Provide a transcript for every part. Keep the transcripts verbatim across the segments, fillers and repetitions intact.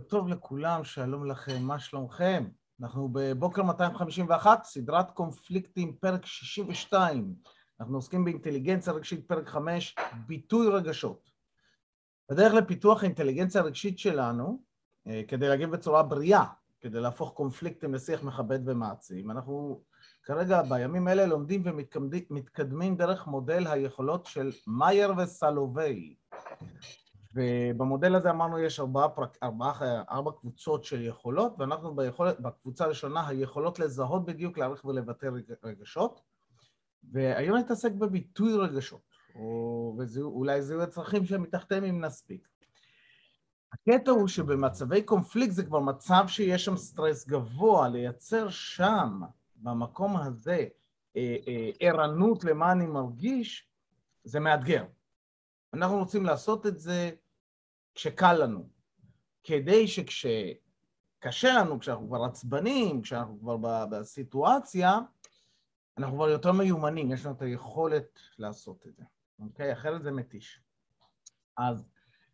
טוב לכולם, שלום לכם, מה שלומכם? אנחנו בבוקר מאתיים חמישים ואחת, סדרת קונפליקטים, פרק שישים ושתיים. אנחנו עוסקים באינטליגנציה רגשית, פרק חמש, ביטוי רגשות. בדרך לפיתוח האינטליגנציה הרגשית שלנו, כדי להגיב בצורה בריאה, כדי להפוך קונפליקטים לשיח מכבד ומעצים, אנחנו כרגע בימים אלה לומדים ומתקדמים דרך מודל היכולות של מאייר וסלובי. ובמודל הזה אמרנו יש ארבעה, ארבעה, ארבע קבוצות של יכולות, ואנחנו ביכולת, בקבוצה הראשונה היכולות לזהות בדיוק, להעריך ולבטא רגשות, והיום נתעסק בביטוי רגשות, או אולי זהו הצרכים שמתחתיהם אם נספיק. הקטע הוא שבמצבי קונפליקט זה כבר מצב שיש שם סטרס גבוה, לייצר שם, במקום הזה, ערנות למה אני מרגיש, זה מאתגר. אנחנו רוצים לעשות את זה כשקל לנו, כדי שכשקשה לנו, כשאנחנו כבר עצבנים, כשאנחנו כבר בסיטואציה, אנחנו כבר יותר מיומנים, יש לנו את היכולת לעשות את זה, אוקיי? אחרת זה מתיש. אז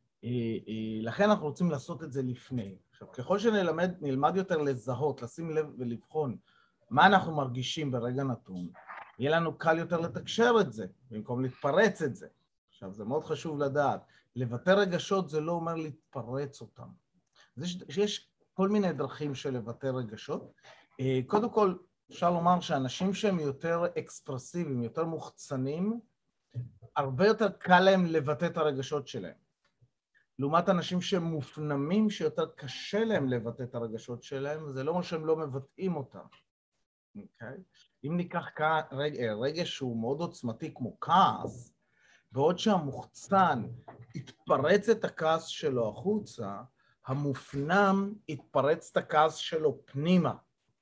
לכן אנחנו רוצים לעשות את זה לפני. עכשיו, ככל שנלמד, נלמד יותר לזהות, לשים לב ולבחון מה אנחנו מרגישים ברגע נתון, יהיה לנו קל יותר לתקשר את זה, במקום להתפרץ את זה. עכשיו, זה מאוד חשוב לדעת. לבטא רגשות זה לא אומר להתפרץ אותם. יש, יש כל מיני דרכים של לבטא רגשות. קודם כל, אפשר לומר שאנשים שהם יותר אקספרסיביים, יותר מוחצנים, הרבה יותר קל להם לבטא את הרגשות שלהם. לעומת אנשים שהם מופנמים, שיותר קשה להם לבטא את הרגשות שלהם, זה לא אומר שהם לא מבטאים אותם. אוקיי? אם ניקח רגש שהוא מאוד עוצמתי כמו כעס, בעוד שהמוחצן התפרץ את הכעס שלו החוצה, המופנם התפרץ את הכעס שלו פנימה.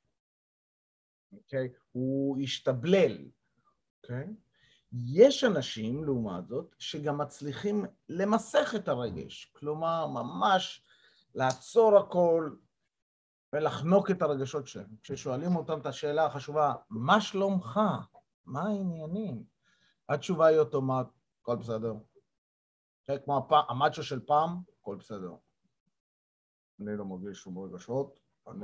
אוקיי? הוא השתבלל. אוקיי? יש אנשים, לעומת זאת, שגם מצליחים למסך את הרגש. כלומר, ממש לעצור הכל ולחנוק את הרגשות שלהם. כששואלים אותם את השאלה החשובה, מה שלומך? מה העניינים? התשובה היא אוטומט. הכל בסדר. כמו המאצ'ו של פעם, הכל בסדר. אני לא מרגיש שום רגשות, אני...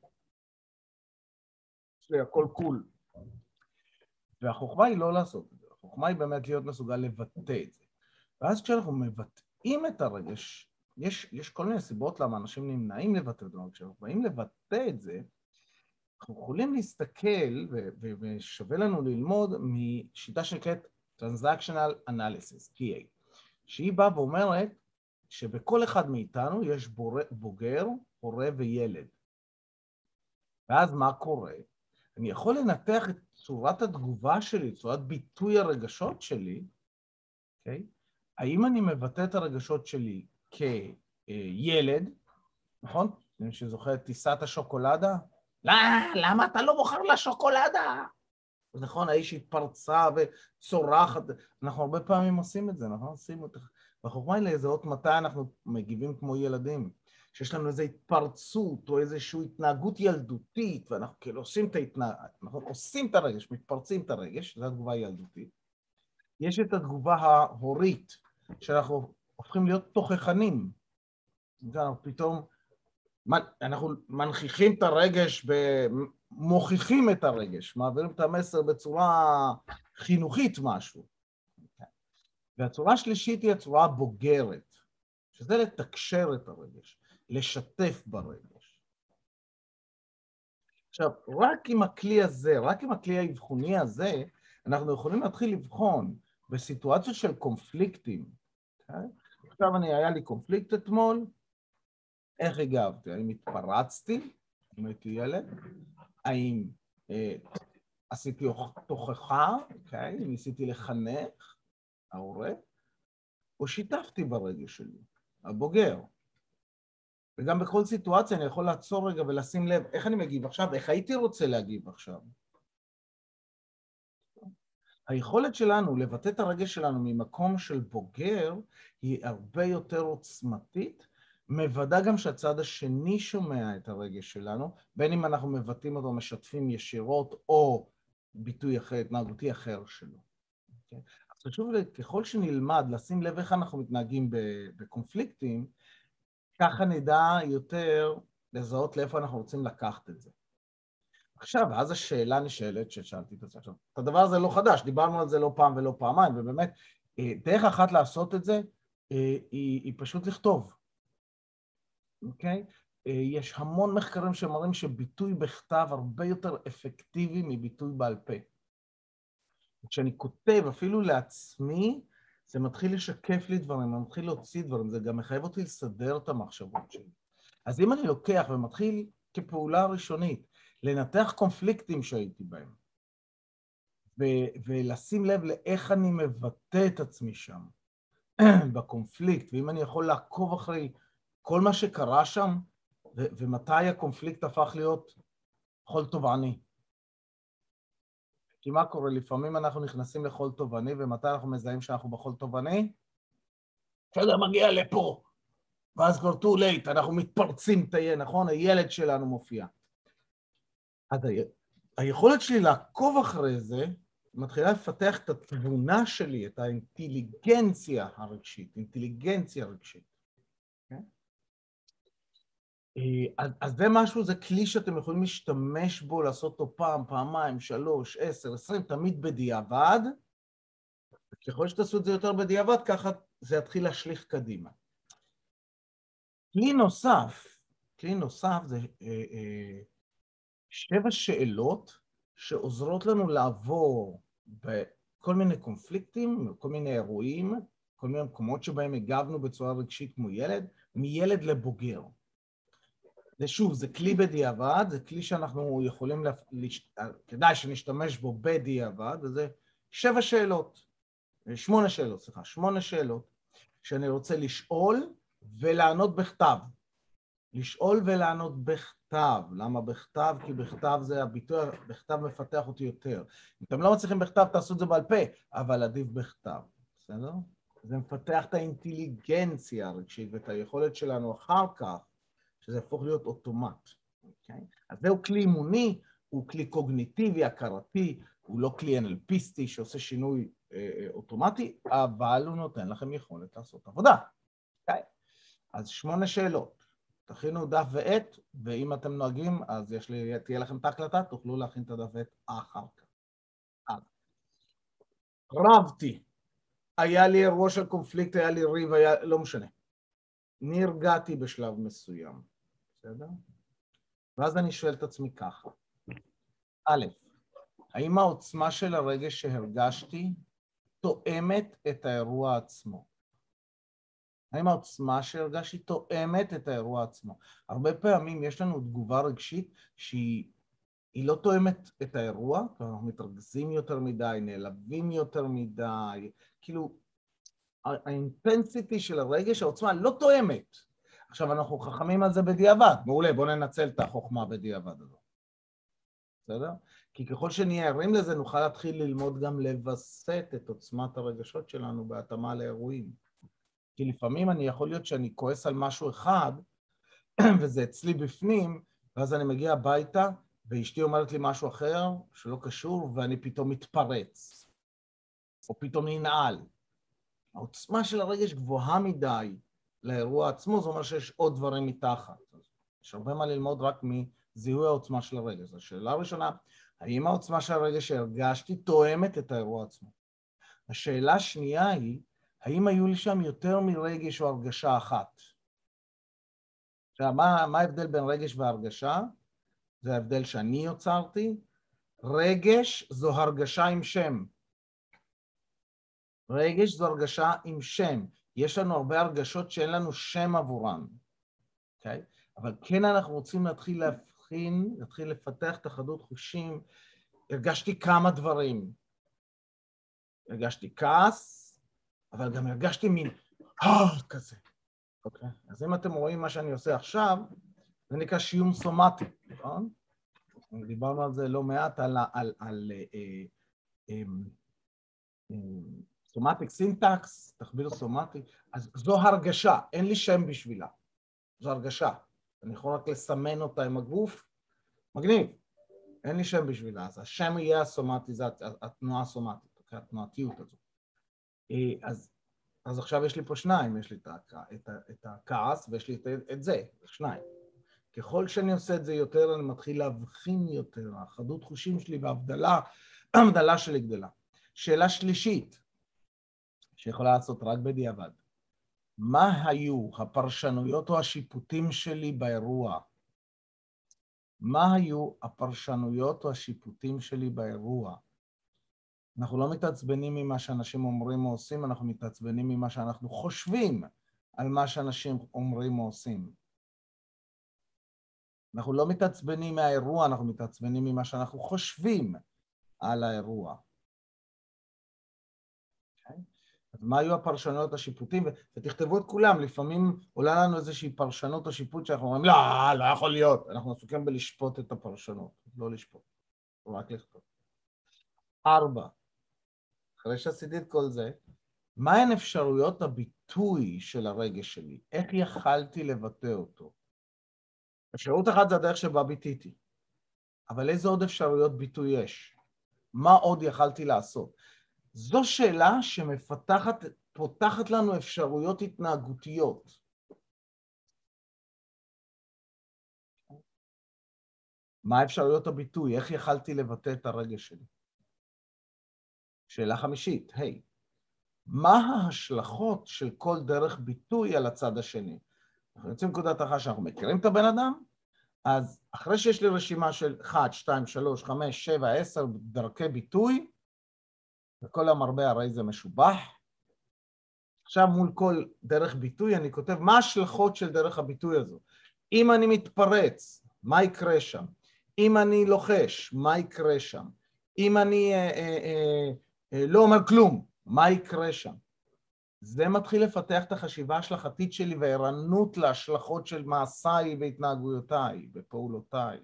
יש לי הכל קול. והחוכמה היא לא לעשות את זה. החוכמה היא באמת להיות מסוגל לבטא את זה. ואז כשאנחנו מבטאים את הרגש, יש, יש כל מיני סיבות למה אנשים נמנעים לבטא את זה. כשאנחנו באים לבטא את זה, אנחנו יכולים להסתכל, ושווה לנו ללמוד משיטה שנקראת Transactional Analysis, T A, שהיא באה ואומרת שבכל אחד מאיתנו יש בוגר, הורה וילד. ואז מה קורה? אני יכול לנתח את צורת התגובה שלי, צורת ביטוי הרגשות שלי, okay? האם אני מבטא את הרגשות שלי כילד, נכון? אני שזוכר את טיסת השוקולדה? לא, למה אתה לא בוחר לשוקולדה? נכון, האיש התפרצה וצורחת, אנחנו הרבה פעמים עושים את זה, אנחנו עושים אותך. והחוכמה היא לזהות מתי אנחנו מגיבים כמו ילדים, שיש לנו איזו התפרצות או איזושהי התנהגות ילדותית, ואנחנו כאילו עושים את ההתנהגות, אנחנו עושים את הרגש, מתפרצים את הרגש, זו התגובה הילדותית. יש את התגובה ההורית, שאנחנו הופכים להיות תוכחנים. אנחנו פתאום, אנחנו מנכיחים את הרגש, מוכיחים את הרגש, מעבירים את המסר בצורה חינוכית משהו. והצורה השלישית היא הצורה הבוגרת, שזה לתקשר את הרגש, לשתף ברגש. עכשיו, רק עם הכלי הזה, רק עם הכלי האבחוני הזה, אנחנו יכולים להתחיל לבחון בסיטואציות של קונפליקטים. Okay? עכשיו אני, היה לי קונפליקט אתמול, איך הגבתי? האם התפרצתי? אם הייתי ילד? האם אה, עשיתי תוכחה? Okay? ניסיתי לחנך? ההורה? או שיתפתי ברגש שלי, הבוגר. וגם בכל סיטואציה אני יכול לעצור רגע ולשים לב איך אני מגיב עכשיו, איך הייתי רוצה להגיב עכשיו. היכולת שלנו לבטא את הרגש שלנו ממקום של בוגר היא הרבה יותר עוצמתית, מוודא גם שהצד השני שומע את הרגש שלנו, בין אם אנחנו מבטאים אותו, משתפים ישירות או ביטוי אחר, התנהגותי אחר שלו. Okay? אז חשוב, ככל שנלמד לשים לב איך אנחנו מתנהגים בקונפליקטים, ככה נדע יותר לזהות לאיפה אנחנו רוצים לקחת את זה. עכשיו, אז השאלה נשאלת ששאלתי את זה עכשיו. את הדבר הזה לא חדש, דיברנו על זה לא פעם ולא פעמיים, ובאמת, דרך אחת לעשות את זה, היא, היא פשוט לכתוב. אוקיי? יש המון מחקרים שמראים שביטוי בכתב הרבה יותר אפקטיבי מביטוי בעל פה. כשאני כותב אפילו לעצמי, זה מתחיל לשקף לי דברים, זה מתחיל להוציא דברים, זה גם מחייב אותי לסדר את המחשבות שלי. אז אם אני לוקח ומתחיל כפעולה ראשונית, לנתח קונפליקטים שהייתי בהם, ו- ולשים לב לאיך אני מבטא את עצמי שם, בקונפליקט, ואם אני יכול לעקוב אחרי כל מה שקרה שם, ו- ומתי הקונפליקט הפך להיות חול תובעני. כי מה קורה? לפעמים אנחנו נכנסים לחול תובעני, ומתי אנחנו מזהים שאנחנו בחול תובעני? כשאתה מגיע לפה, ואז כבר too late, אנחנו מתפרצים את הילד, נכון? הילד שלנו מופיע. אז ה... היכולת שלי לעקוב אחרי זה, מתחילה לפתח את התבונה שלי, את האינטליגנציה הרגשית, אינטליגנציה רגשית. Okay? אז, אז זה משהו, זה כלי שאתם יכולים להשתמש בו, לעשות אותו פעם, פעמיים, שלוש, עשר, עשרים, תמיד בדיעבד. ככל שתעשו את זה יותר בדיעבד, ככה זה יתחיל להשליך קדימה. כלי נוסף, כלי נוסף זה אה, אה, שבע שאלות שעוזרות לנו לעבור בכל מיני קונפליקטים, כל מיני אירועים, כל מיני מקומות שבהם הגבנו בצורה רגשית כמו ילד, מילד לבוגר. זה שוב, זה כלי בדיעבד, זה כלי שאנחנו יכולים, לש... כדאי שנשתמש בו בדיעבד, וזה שבע שאלות, שמונה שאלות, סליחה, שמונה שאלות, שאני רוצה לשאול ולענות בכתב. לשאול ולענות בכתב. למה בכתב? כי בכתב זה הביטוי, בכתב מפתח אותי יותר. אם אתם לא מצליחים בכתב, תעשו את זה בעל פה, אבל עדיף בכתב. בסדר? זה מפתח את האינטליגנציה הרגשית ואת היכולת שלנו אחר כך, שזה יהפוך להיות אוטומט. אוקיי? אז זהו כלי אימוני, הוא כלי קוגניטיבי, הכרתי, הוא לא כלי אנלפיסטי שעושה שינוי אה, אוטומטי, אבל הוא נותן לכם יכולת לעשות עבודה. אוקיי? אז שמונה שאלות. תכינו דף ועט, ואם אתם נוהגים, אז יש לי, תהיה לכם את ההקלטה, תוכלו להכין את הדף ועט אחר כך. רבתי. היה לי אירוע של קונפליקט, היה לי ריב, היה, לא משנה. נרגעתי בשלב מסוים. בסדר? ואז אני שואל את עצמי ככה. א', האם העוצמה של הרגש שהרגשתי תואמת את האירוע עצמו? האם העוצמה שהרגשתי תואמת את האירוע עצמו? הרבה פעמים יש לנו תגובה רגשית שהיא לא תואמת את האירוע, אנחנו מתרכזים יותר מדי, נעלבים יותר מדי, כאילו האינטנסיטי של הרגש, העוצמה לא תואמת. עכשיו אנחנו חכמים על זה בדיעבד, מעולה, בואו ננצל את החוכמה בדיעבד הזו. בסדר? כי ככל שנהיה ערים לזה, נוכל להתחיל ללמוד גם לבסט את עוצמת הרגשות שלנו בהתאמה לאירועים. כי לפעמים אני יכול להיות שאני כועס על משהו אחד, וזה אצלי בפנים, ואז אני מגיע הביתה, ואשתי אומרת לי משהו אחר שלא קשור, ואני פתאום מתפרץ, או פתאום ננעל. העוצמה של הרגש גבוהה מדי לאירוע עצמו, זאת אומרת שיש עוד דברים מתחת. יש הרבה מה ללמוד רק מזיהוי העוצמה של הרגש. השאלה הראשונה, האם העוצמה של הרגש שהרגשתי תואמת את האירוע עצמו? השאלה השנייה היא, האם היו לי שם יותר מרגש או הרגשה אחת? עכשיו, מה, מה ההבדל בין רגש והרגשה? זה ההבדל שאני יוצרתי. רגש זו הרגשה עם שם. רגש זו הרגשה עם שם. יש לנו הרבה הרגשות שאין לנו שם עבורן. אוקיי? אבל כן אנחנו רוצים להתחיל להבחין, להתחיל לפתח את החדות חושים. הרגשתי כמה דברים. הרגשתי כעס, אבל גם הרגשתי מין אה, כזה. אוקיי? אז אם אתם רואים מה שאני עושה עכשיו, זה נקרא שיום סומטי, נכון? דיברנו על זה לא מעט, על, על, על אה, אה, אה, סומטיק סינטקס, תחביר סומטי, אז זו הרגשה, אין לי שם בשבילה, זו הרגשה. אני יכול רק לסמן אותה עם הגוף, מגניב, אין לי שם בשבילה, אז השם יהיה הסומטיזציה, התנועה הסומטית, התנועתיות הזו. אז אז עכשיו יש לי פה שניים, יש לי את, הכ... את, ה... את הכעס ויש לי את, את זה, שניים. ככל שאני עושה את זה יותר, אני מתחיל להבחין יותר, החדות חושים שלי וההבדלה, ההבדלה שלי גדלה. שאלה שלישית, שיכולה לעשות רק בדיעבד, מה היו הפרשנויות או השיפוטים שלי באירוע? מה היו הפרשנויות או השיפוטים שלי באירוע? אנחנו לא מתעצבנים ממה שאנשים אומרים או עושים, אנחנו מתעצבנים ממה שאנחנו חושבים על מה שאנשים אומרים או עושים. אנחנו לא מתעצבנים מהאירוע, אנחנו מתעצבנים ממה שאנחנו חושבים על האירוע. Okay? אז מה היו הפרשנויות השיפוטים? ותכתבו את כולם, לפעמים עולה לנו איזושהי פרשנות או שיפוט שאנחנו אומרים, לא, לא יכול להיות. אנחנו עסוקים בלשפוט את הפרשנות, לא לשפוט, רק לכתוב. ארבע. אחרי שעשיתי את כל זה, מהן אפשרויות הביטוי של הרגש שלי? איך יכלתי לבטא אותו? אפשרות אחת זה הדרך שבה ביטאתי. אבל איזה עוד אפשרויות ביטוי יש? מה עוד יכלתי לעשות? זו שאלה שמפתחת, פותחת לנו אפשרויות התנהגותיות. מה אפשרויות הביטוי? איך יכלתי לבטא את הרגש שלי? שאלה חמישית, היי, מה ההשלכות של כל דרך ביטוי על הצד השני? אנחנו יוצאים נקודת אחת שאנחנו מכירים את הבן אדם, אז אחרי שיש לי רשימה של אחת, שתיים, שלוש, חמש, שבע, עשר דרכי ביטוי, וכל המרבה הרי זה משובח, עכשיו מול כל דרך ביטוי אני כותב מה ההשלכות של דרך הביטוי הזו. אם אני מתפרץ, מה יקרה שם? אם אני לוחש, מה יקרה שם? אם אני אה, אה, אה, אה, לא אומר כלום, מה יקרה שם? זה מתחיל לפתח את החשיבה ההשלכתית שלי והערנות להשלכות של מעשיי והתנהגויותיי ופעולותיי.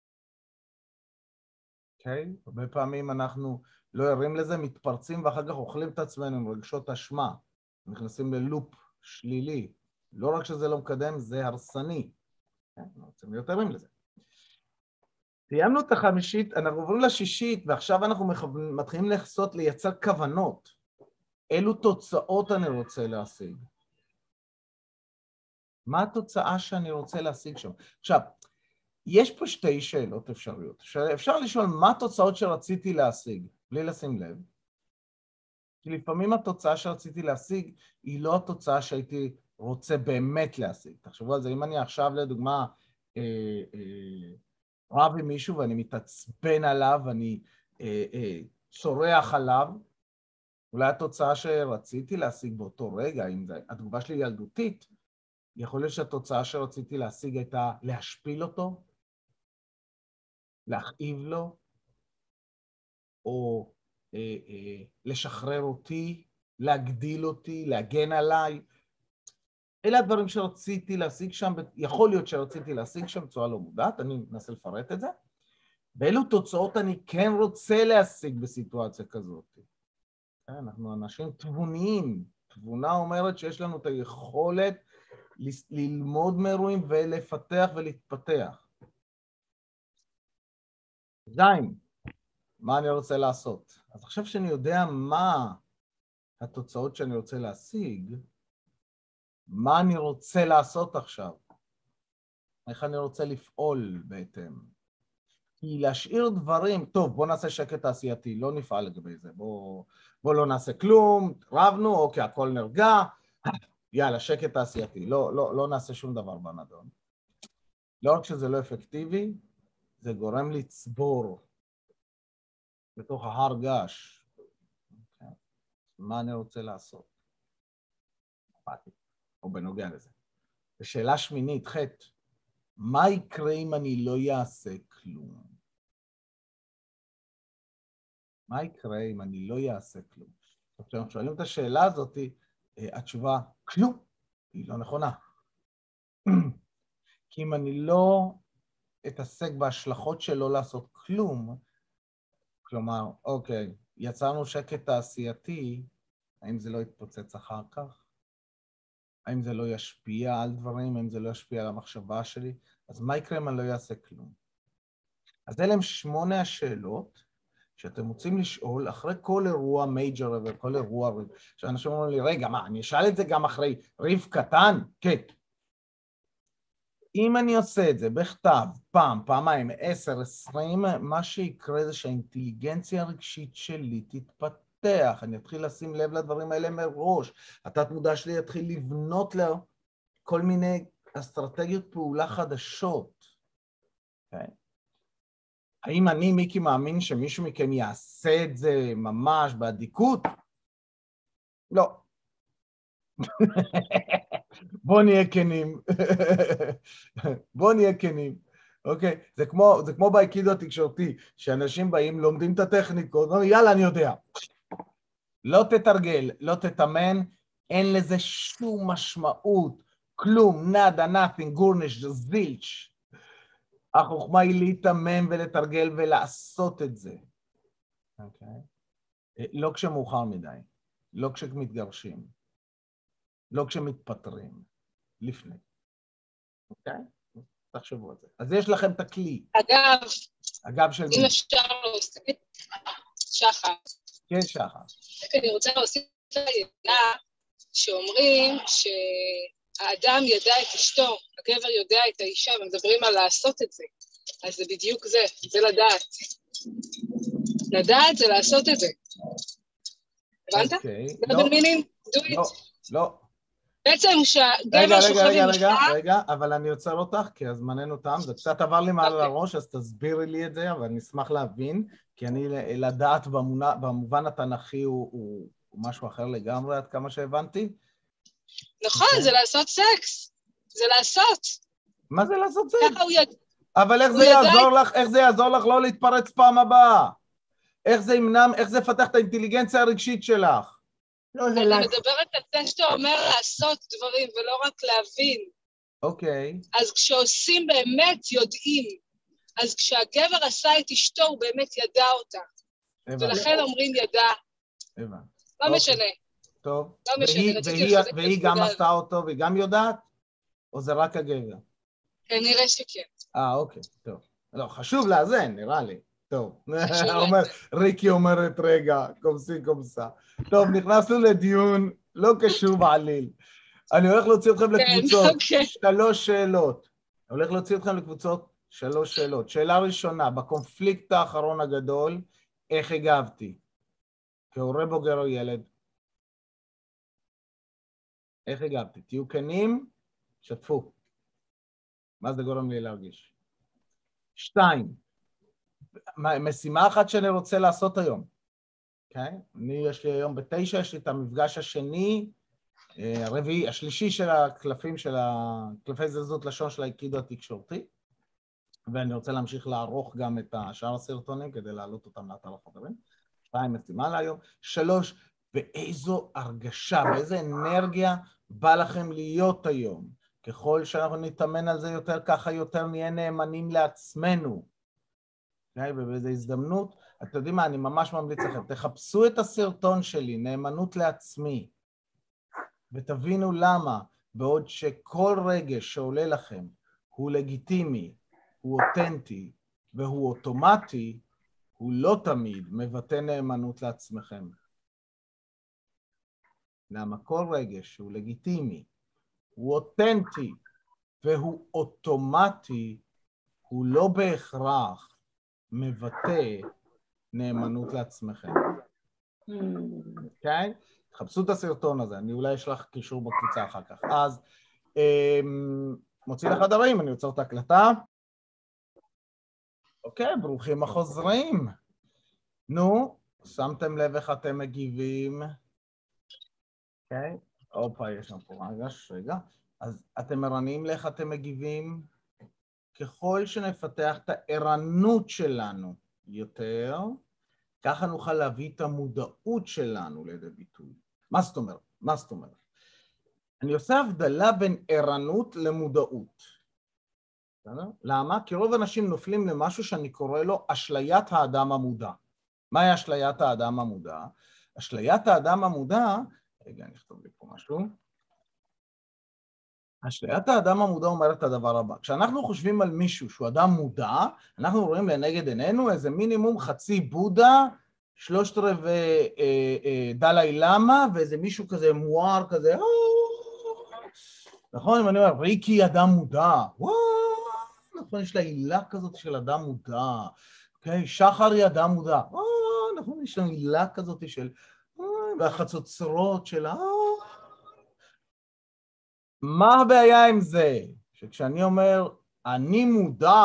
אוקיי? Okay? הרבה פעמים אנחנו לא ערים לזה, מתפרצים ואחר כך אוכלים את עצמנו עם רגשות אשמה. נכנסים ללופ שלילי. לא רק שזה לא מקדם, זה הרסני. Okay? אנחנו רוצים להיות ערים לזה. סיימנו את החמישית, אנחנו עוברים לשישית, ועכשיו אנחנו מתחילים לחסות לייצר כוונות. אילו תוצאות אני רוצה להשיג? מה התוצאה שאני רוצה להשיג שם? עכשיו, יש פה שתי שאלות אפשריות. אפשר לשאול מה התוצאות שרציתי להשיג, בלי לשים לב. כי לפעמים התוצאה שרציתי להשיג היא לא התוצאה שהייתי רוצה באמת להשיג. תחשבו על זה, אם אני עכשיו לדוגמה אה, אה, רב עם מישהו ואני מתעצבן עליו, ואני אה, אה, צורח עליו, אולי התוצאה שרציתי להשיג באותו רגע, אם זה, התגובה שלי ילדותית, יכול להיות שהתוצאה שרציתי להשיג הייתה להשפיל אותו, להכאיב לו, או אה, אה, לשחרר אותי, להגדיל אותי, להגן עליי. אלה הדברים שרציתי להשיג שם, יכול להיות שרציתי להשיג שם בצורה לא מודעת, אני מנסה לפרט את זה. ואילו תוצאות אני כן רוצה להשיג בסיטואציה כזאת. אנחנו אנשים תבוניים. תבונה אומרת שיש לנו את היכולת ללמוד מאירועים ולפתח ולהתפתח. עדיין, מה אני רוצה לעשות? אז עכשיו שאני יודע מה התוצאות שאני רוצה להשיג, מה אני רוצה לעשות עכשיו? איך אני רוצה לפעול בהתאם? כי להשאיר דברים, טוב, בוא נעשה שקט תעשייתי, לא נפעל לגבי זה, בוא, בוא לא נעשה כלום, רבנו, אוקיי, הכל נרגע, יאללה, שקט תעשייתי, לא, לא, לא נעשה שום דבר בנדון. לא רק שזה לא אפקטיבי, זה גורם לצבור בתוך ההר געש. Okay. מה אני רוצה לעשות? או בנוגע לזה. ושאלה שמינית, חטא, מה יקרה אם אני לא אעשה כלום? מה יקרה אם אני לא אעשה כלום? כשאנחנו שואלים את השאלה הזאת, התשובה, כלום, היא לא נכונה. כי אם אני לא אתעסק בהשלכות של לא לעשות כלום, כלומר, אוקיי, יצרנו שקט תעשייתי, האם זה לא יתפוצץ אחר כך? האם זה לא ישפיע על דברים? האם זה לא ישפיע על המחשבה שלי? אז מה יקרה אם אני לא אעשה כלום? אז אלה הם שמונה השאלות שאתם רוצים לשאול, אחרי כל אירוע מייג'ר וכל אירוע ריב, שאנשים אומרים לי, רגע, מה, אני אשאל את זה גם אחרי ריב קטן? כן. אם אני עושה את זה בכתב, פעם, פעמיים, עשר, עשרים, מה שיקרה זה שהאינטליגנציה הרגשית שלי תתפתח, אני אתחיל לשים לב לדברים האלה מראש, התת מודע שלי יתחיל לבנות לכל מיני אסטרטגיות פעולה חדשות. Okay? האם אני, מיקי, מאמין שמישהו מכם יעשה את זה ממש באדיקות? לא. בוא נהיה כנים. בוא נהיה כנים. אוקיי? זה כמו, זה כמו באייקידו התקשורתי, שאנשים באים, לומדים את הטכניקות, ואומרים, יאללה, אני יודע. לא תתרגל, לא תתאמן, אין לזה שום משמעות, כלום, נאדה, nothing, גורניש, זילץ'. החוכמה היא להתאמן ולתרגל ולעשות את זה. אוקיי? לא כשמאוחר מדי, לא כשמתגרשים, לא כשמתפטרים, לפני. אוקיי? תחשבו על זה. אז יש לכם את הכלי. אגב, אגב של מי? אם אפשר להוסיף, שחר. כן, שחר. אני רוצה להוסיף לידיעה שאומרים שהאדם ידע את אשתו, הגבר יודע את האישה, ומדברים על לעשות את זה. אז זה בדיוק זה, זה לדעת. לדעת זה לעשות את זה. הבנת? אוקיי. זה במילים, do it. לא, לא. בעצם שהגבר שוכב עם אישה... רגע, רגע, רגע, אבל אני עוצר אותך, כי הזמננו תם, זה קצת עבר לי מעל הראש, אז תסבירי לי את זה, אבל אני אשמח להבין, כי אני לדעת במובן התנ"כי הוא משהו אחר לגמרי, עד כמה שהבנתי. נכון, זה לעשות סקס. זה לעשות. מה זה לעשות סקס? ככה הוא ידע. אבל איך זה יעזור לך, איך זה יעזור לך לא להתפרץ פעם הבאה? איך זה ימנע, איך זה יפתח את האינטליגנציה הרגשית שלך? לא, זה אני מדברת על זה שאתה אומר לעשות דברים ולא רק להבין. אוקיי. אז כשעושים באמת יודעים. אז כשהגבר עשה את אשתו הוא באמת ידע אותה. ולכן אומרים ידע. הבנתי. לא משנה. טוב. לא משנה. והיא גם עשתה אותו והיא גם יודעת? או זה רק הגבר? כנראה שכן. אה, אוקיי, טוב. לא, חשוב לאזן, נראה לי. טוב. אומר, ריקי אומרת, רגע, קומסי קומסה. טוב, נכנסנו לדיון לא קשור בעליל. אני הולך להוציא אתכם לקבוצות, שלוש שאלות. אני הולך להוציא אתכם לקבוצות, שלוש שאלות. שאלה ראשונה, בקונפליקט האחרון הגדול, איך הגבתי? כהורה בוגר או ילד? איך הגבתי? תהיו כנים, שתפו. מה זה גורם לי להרגיש? שתיים, משימה אחת שאני רוצה לעשות היום. אוקיי? אני, יש לי היום בתשע, יש לי את המפגש השני, הרביעי, השלישי של הקלפים, של הקלפי זזות לשון של האייקידו התקשורתי, ואני רוצה להמשיך לערוך גם את השאר הסרטונים כדי להעלות אותם לאתר החברים. שתיים, משימה להיום. שלוש, באיזו הרגשה, באיזו אנרגיה בא לכם להיות היום. ככל שאנחנו נתאמן על זה יותר, ככה יותר נהיה נאמנים לעצמנו. ובאיזו הזדמנות, אתם יודעים מה, אני ממש ממליץ לכם, תחפשו את הסרטון שלי, נאמנות לעצמי, ותבינו למה, בעוד שכל רגש שעולה לכם הוא לגיטימי, הוא אותנטי והוא אוטומטי, הוא לא תמיד מבטא נאמנות לעצמכם. למה כל רגש שהוא לגיטימי, הוא אותנטי והוא אוטומטי, הוא לא בהכרח מבטא נאמנות לעצמכם. אוקיי? תחפשו את הסרטון הזה, אני אולי אשלח קישור בקבוצה אחר כך. אז מוציא לך דברים, אני יוצר את ההקלטה. אוקיי, ברוכים החוזרים. נו, שמתם לב איך אתם מגיבים. אוקיי, אופה, יש לנו פה רגש, רגע. אז אתם ערניים לאיך אתם מגיבים? ככל שנפתח את הערנות שלנו יותר, ככה נוכל להביא את המודעות שלנו לידי ביטוי. מה זאת אומרת? מה זאת אומרת? אני עושה הבדלה בין ערנות למודעות. למה? כי רוב האנשים נופלים למשהו שאני קורא לו אשליית האדם המודע. מהי אשליית האדם המודע? אשליית האדם המודע, רגע, אני אכתוב לי פה משהו. אשליית האדם המודע אומרת את הדבר הבא. כשאנחנו חושבים על מישהו שהוא אדם מודע, אנחנו רואים לנגד עינינו איזה מינימום חצי בודה, שלושת רבעי אה, אה, דלאי למה, ואיזה מישהו כזה מואר כזה, נכון? אם אני אומר, ריקי אדם מודע, וואו, נכון, יש לה עילה כזאת של אדם מודע, אוקיי? שחר היא אדם מודע, וואו, נכון, יש לה עילה כזאת של, והחצוצרות שלה, מה הבעיה עם זה? שכשאני אומר, אני מודע,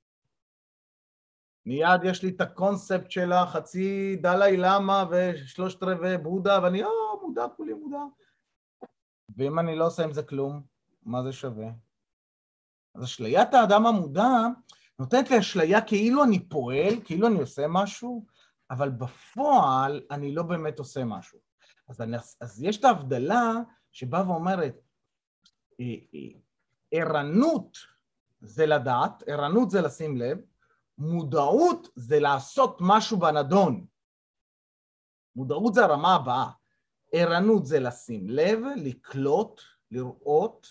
מיד יש לי את הקונספט של החצי דלאי למה ושלושת רבעי בודה, ואני, אה, מודע, כולי מודע. ואם אני לא עושה עם זה כלום, מה זה שווה? אז אשליית האדם המודע נותנת לי אשליה כאילו אני פועל, כאילו אני עושה משהו, אבל בפועל אני לא באמת עושה משהו. אז, אני, אז יש את ההבדלה שבאה ואומרת, ערנות זה לדעת, ערנות זה לשים לב, מודעות זה לעשות משהו בנדון. מודעות זה הרמה הבאה. ערנות זה לשים לב, לקלוט, לראות,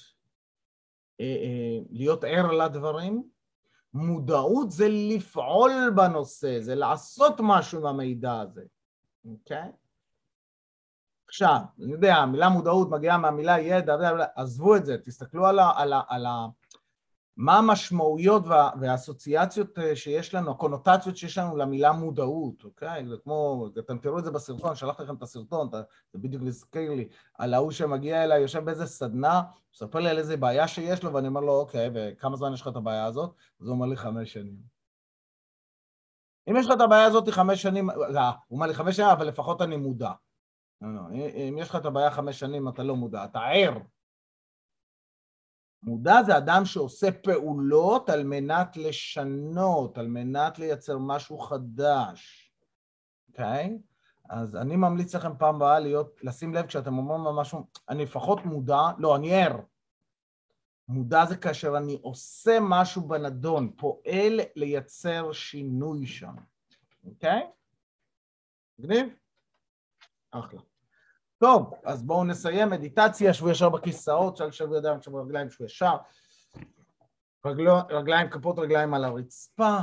להיות ער לדברים. מודעות זה לפעול בנושא, זה לעשות משהו במידע הזה. אוקיי? עכשיו, אני יודע, המילה מודעות מגיעה מהמילה ידע, עזבו את זה, תסתכלו על ה, על ה, על ה, מה המשמעויות וה, והאסוציאציות שיש לנו, הקונוטציות שיש לנו למילה מודעות, אוקיי? זה כמו, אתם תראו את זה בסרטון, שלחתי לכם את הסרטון, זה בדיוק להזכיר לי, על ההוא שמגיע אליי, יושב באיזה סדנה, מספר לי על איזה בעיה שיש לו, ואני אומר לו, אוקיי, וכמה זמן יש לך את הבעיה הזאת? אז הוא אומר לי חמש שנים. אם יש לך את הבעיה הזאת חמש שנים, לא, הוא אומר לי חמש שנים, אבל לפחות אני מודע. לא, לא, אם יש לך את הבעיה חמש שנים, אתה לא מודע, אתה ער. מודע זה אדם שעושה פעולות על מנת לשנות, על מנת לייצר משהו חדש. אוקיי? אז אני ממליץ לכם פעם הבאה להיות, לשים לב כשאתם אומרים משהו, אני לפחות מודע, לא, אני ער. מודע זה כאשר אני עושה משהו בנדון, פועל לייצר שינוי שם. אוקיי? מגניב? אחלה. טוב, אז בואו נסיים. מדיטציה, שבו ישר בכיסאות, של שבו ידיים, שבו רגליים, שבו ישר. רגלו, רגליים, כפות רגליים על הרצפה.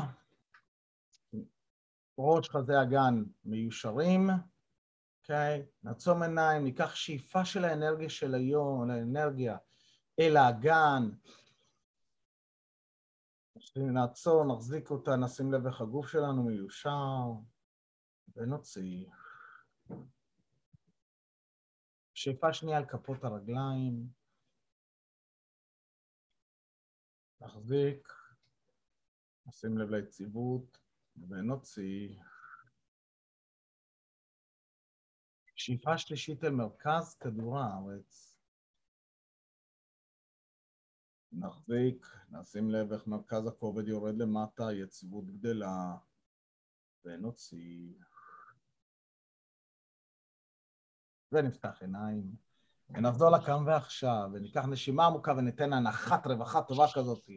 ראש חזה אגן מיושרים. אוקיי? נעצום עיניים, ניקח שאיפה של האנרגיה של היום, האנרגיה אל האגן. נעצור, נחזיק אותה, נשים לב איך הגוף שלנו מיושר. ונוציא. שאיפה שנייה על כפות הרגליים. נחזיק. נשים לב ליציבות. ונוציא. שאיפה שלישית אל מרכז כדור הארץ. נחזיק. נשים לב איך מרכז הכובד יורד למטה, יציבות גדלה. ונוציא. ונפתח עיניים, ונחזור לכאן ועכשיו, וניקח נשימה עמוקה וניתן הנחת רווחה טובה כזאת.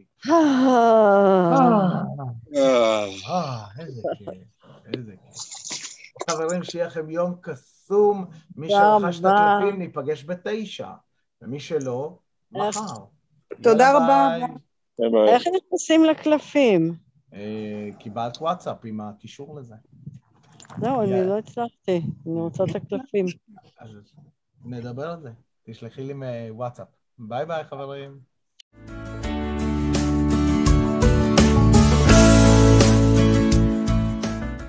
איזה כיף, איזה כיף. חברים, שיהיה לכם יום קסום, מי שרכש את הקלפים ניפגש בתשע, ומי שלא, מחר. תודה רבה. איך נכנסים לקלפים? קיבלת וואטסאפ עם הקישור לזה. לא, אני לא הצלחתי, אני רוצה את הקלפים. אז נדבר על זה, תשלחי לי מוואטסאפ. ביי ביי חברים.